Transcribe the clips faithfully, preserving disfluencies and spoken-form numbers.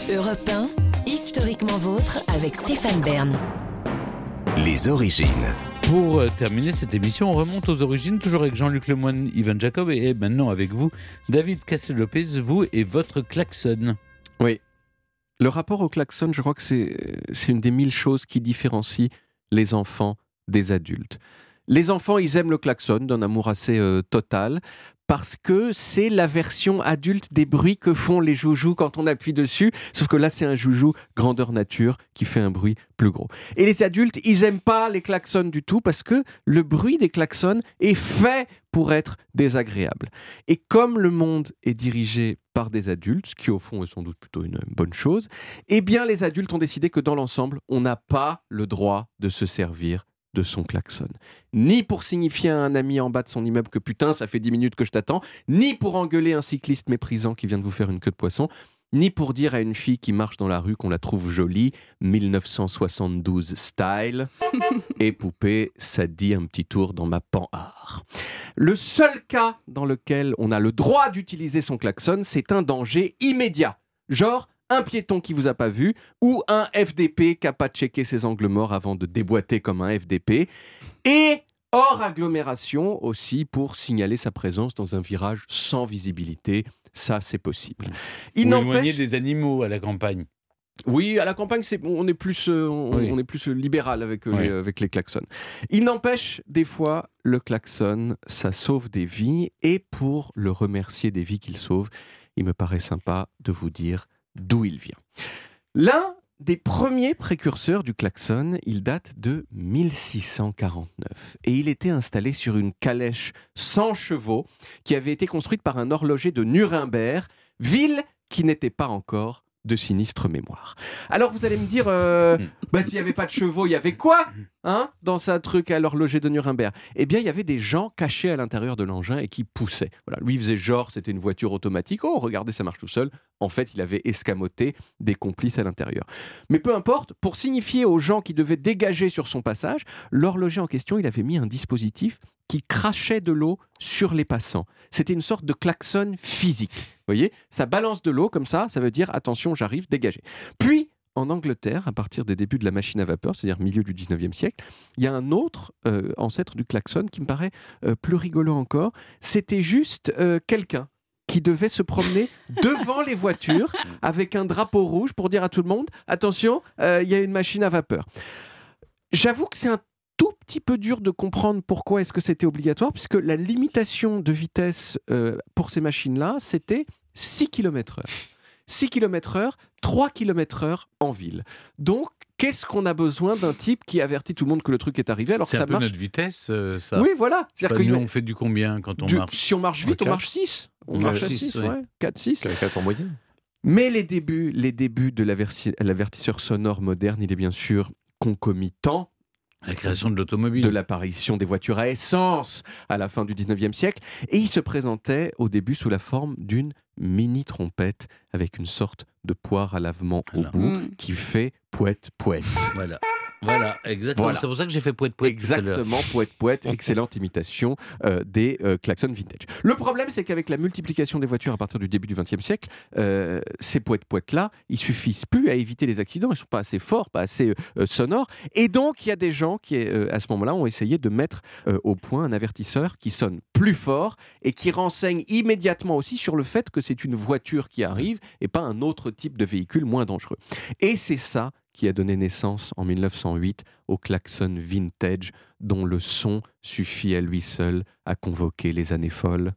Europe un, historiquement vôtre avec Stéphane Bern. Les origines. Pour euh, terminer cette émission, on remonte aux origines, toujours avec Jean-Luc Lemoyne, Yvan Jacob, et maintenant avec vous, David Castel-Lopez, vous et votre klaxon. Oui. Le rapport au klaxon, je crois que c'est, c'est une des mille choses qui différencient les enfants des adultes. Les enfants, ils aiment le klaxon d'un amour assez euh, total, parce que c'est la version adulte des bruits que font les joujoux quand on appuie dessus, sauf que là c'est un joujou grandeur nature qui fait un bruit plus gros. Et les adultes, ils aiment pas les klaxons du tout parce que le bruit des klaxons est fait pour être désagréable. Et comme le monde est dirigé par des adultes, ce qui au fond est sans doute plutôt une bonne chose, eh bien les adultes ont décidé que dans l'ensemble, on n'a pas le droit de se servir de son klaxon. Ni pour signifier à un ami en bas de son immeuble que putain, ça fait dix minutes que je t'attends, ni pour engueuler un cycliste méprisant qui vient de vous faire une queue de poisson, ni pour dire à une fille qui marche dans la rue qu'on la trouve jolie, dix-neuf cent soixante-douze style, et poupée, ça dit un petit tour dans ma pan-art. Le seul cas dans lequel on a le droit d'utiliser son klaxon, c'est un danger immédiat. Genre, un piéton qui vous a pas vu, ou un F D P qui n'a pas checké ses angles morts avant de déboîter comme un F D P, et hors agglomération aussi pour signaler sa présence dans un virage sans visibilité, ça c'est possible. Il Ou éloigner des animaux à la campagne. Oui, à la campagne, c'est, on est plus, euh, on, oui. on est plus libéral avec, euh, oui. les, avec les klaxons. Il n'empêche, des fois, le klaxon, ça sauve des vies, et pour le remercier des vies qu'il sauve, il me paraît sympa de vous dire d'où il vient. L'un des premiers précurseurs du klaxon, il date de mille six cent quarante-neuf et il était installé sur une calèche sans chevaux qui avait été construite par un horloger de Nuremberg, ville qui n'était pas encore de sinistre mémoire. Alors vous allez me dire, euh, bah, s'il n'y avait pas de chevaux, il y avait quoi hein, dans ce truc à l'horloger de Nuremberg ? Eh bien, il y avait des gens cachés à l'intérieur de l'engin et qui poussaient. Voilà, lui, il faisait genre, c'était une voiture automatique. Oh, regardez, ça marche tout seul. En fait, il avait escamoté des complices à l'intérieur. Mais peu importe, pour signifier aux gens qui devaient dégager sur son passage, l'horloger en question, il avait mis un dispositif qui crachait de l'eau sur les passants. C'était une sorte de klaxon physique. Vous voyez, ça balance de l'eau comme ça, ça veut dire attention, j'arrive, dégagez. Puis, en Angleterre, à partir des débuts de la machine à vapeur, c'est-à-dire milieu du dix-neuvième siècle, il y a un autre euh, ancêtre du klaxon qui me paraît euh, plus rigolo encore. C'était juste euh, quelqu'un qui devait se promener devant les voitures avec un drapeau rouge pour dire à tout le monde attention, euh, il y a une machine à vapeur. J'avoue que c'est un tout petit peu dur de comprendre pourquoi est-ce que c'était obligatoire, puisque la limitation de vitesse euh, pour ces machines-là, c'était six kilomètres heure. six kilomètres heure, trois kilomètres heure en ville. Donc, qu'est-ce qu'on a besoin d'un type qui avertit tout le monde que le truc est arrivé alors c'est que ça un peu marche notre vitesse, euh, ça. Oui, voilà. C'est-à-dire que nous, on fait du combien quand on du, marche ? Si on marche vite, on, on marche six. On, on marche à six, ouais. quatre, six. quatre en moyenne. Mais les débuts, les débuts de l'averti- l'avertisseur sonore moderne, il est bien sûr concomitant. La création de l'automobile. De l'apparition des voitures à essence à la fin du dix-neuvième siècle. Et il se présentait au début sous la forme d'une mini-trompette avec une sorte de poire à lavement Alors. au bout Mmh. qui fait pouette pouette. Voilà. Voilà, exactement. Voilà. C'est pour ça que j'ai fait pouette pouette. Exactement, pouette pouette, excellente imitation euh, des euh, klaxons vintage. Le problème, c'est qu'avec la multiplication des voitures à partir du début du vingtième siècle, euh, ces pouette pouettes là, ils suffisent plus à éviter les accidents. Ils sont pas assez forts, pas assez euh, sonores. Et donc, il y a des gens qui, euh, à ce moment-là, ont essayé de mettre euh, au point un avertisseur qui sonne plus fort et qui renseigne immédiatement aussi sur le fait que c'est une voiture qui arrive et pas un autre type de véhicule moins dangereux. Et c'est ça qui a donné naissance en mille neuf cent huit au klaxon vintage dont le son suffit à lui seul à convoquer les années folles.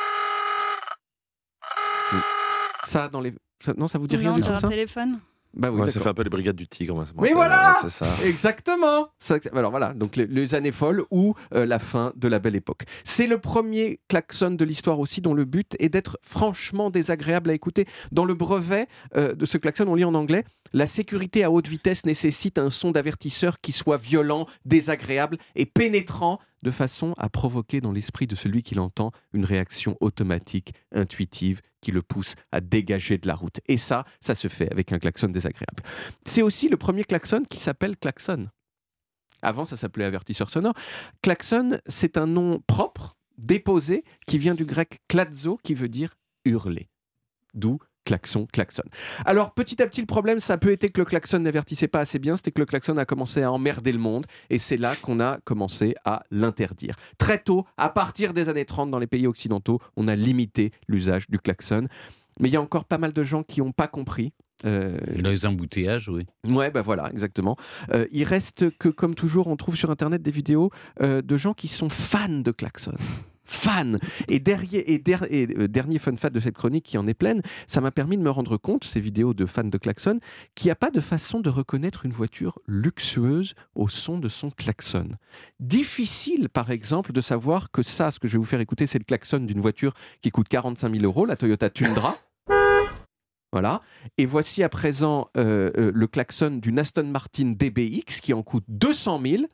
Ça, dans les... ça, non, ça vous dit rien du tout, ça ? téléphone. Bah oui, ouais, ça fait un peu les brigades du tigre. Moi, ça Mais voilà, c'est ça. Exactement. Ça, alors voilà, donc les, les années folles ou euh, la fin de la belle époque. C'est le premier klaxon de l'histoire aussi dont le but est d'être franchement désagréable à écouter. Dans le brevet euh, de ce klaxon, on lit en anglais « La sécurité à haute vitesse nécessite un son d'avertisseur qui soit violent, désagréable et pénétrant de façon à provoquer dans l'esprit de celui qui l'entend une réaction automatique, intuitive, qui le pousse à dégager de la route. » Et ça, ça se fait avec un klaxon désagréable. C'est aussi le premier klaxon qui s'appelle klaxon. Avant, ça s'appelait avertisseur sonore. Klaxon, c'est un nom propre, déposé, qui vient du grec kladzo, qui veut dire hurler. D'où klaxon, klaxon. Alors, petit à petit, le problème, ça a peut été que le klaxon n'avertissait pas assez bien, c'était que le klaxon a commencé à emmerder le monde, et c'est là qu'on a commencé à l'interdire. Très tôt, à partir des années trente, dans les pays occidentaux, on a limité l'usage du klaxon. Mais il y a encore pas mal de gens qui n'ont pas compris. Euh... Dans les embouteillages, oui. Ouais, ben voilà, exactement. Euh, il reste que, comme toujours, on trouve sur Internet des vidéos euh, de gens qui sont fans de klaxon. Fan et, derrière, et, der, et euh, dernier fun fact de cette chronique qui en est pleine, ça m'a permis de me rendre compte, ces vidéos de fans de klaxon, qu'il n'y a pas de façon de reconnaître une voiture luxueuse au son de son klaxon. Difficile, par exemple, de savoir que ça, ce que je vais vous faire écouter, c'est le klaxon d'une voiture qui coûte quarante-cinq mille euros, la Toyota Tundra. Voilà. Et voici à présent euh, euh, le klaxon d'une Aston Martin D B X qui en coûte deux cent mille.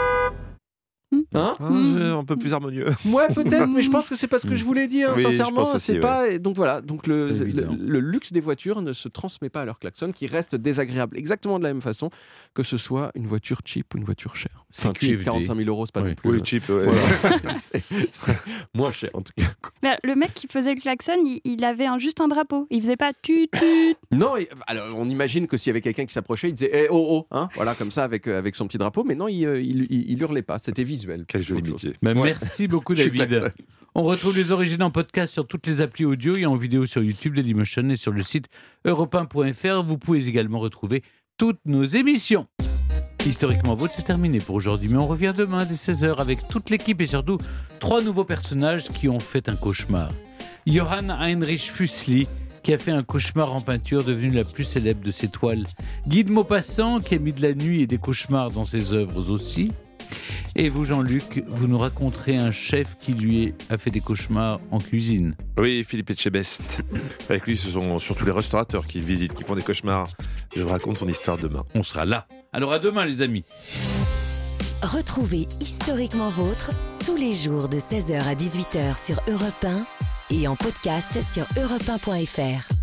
Hein ah, un peu plus harmonieux. Ouais, peut-être, mais je pense que c'est pas ce que je voulais dire, hein, oui, sincèrement. aussi, c'est ouais. pas. Et donc voilà, donc le, le, le luxe des voitures ne se transmet pas à leur klaxon, qui reste désagréable, exactement de la même façon que ce soit une voiture cheap ou une voiture chère. C'est enfin, cheap, quarante-cinq mille euros, c'est pas oui. non plus. Oui, cheap. Ouais. Voilà. c'est, c'est moins cher en tout cas. Mais le mec qui faisait le klaxon, il, il avait un, juste un drapeau. Il faisait pas tut tut. Non, il, alors on imagine que s'il y avait quelqu'un qui s'approchait, il disait eh, oh oh, hein, voilà comme ça avec avec son petit drapeau. Mais non, il il, il, il hurlait pas. C'était visuel. Quel joli métier. Ben, ouais. Merci beaucoup David. On retrouve les origines en podcast sur toutes les applis audio et en vidéo sur YouTube, Dailymotion et sur le site europe un point f r. Vous pouvez également retrouver toutes nos émissions. Historiquement Vôtre, c'est terminé pour aujourd'hui, mais on revient demain dès seize heures avec toute l'équipe et surtout trois nouveaux personnages qui ont fait un cauchemar. Johann Heinrich Füssli, qui a fait un cauchemar en peinture devenue la plus célèbre de ses toiles. Guy de Maupassant, qui a mis de la nuit et des cauchemars dans ses œuvres aussi. Et vous, Jean-Luc, vous nous raconterez un chef qui, lui, a fait des cauchemars en cuisine. Oui, Philippe Etchebest. Avec lui, ce sont surtout les restaurateurs qui visitent, qui font des cauchemars. Je vous raconte son histoire demain. On sera là. Alors à demain, les amis. Retrouvez Historiquement Vôtre tous les jours de seize heures à dix-huit heures sur Europe un et en podcast sur europe un point f r.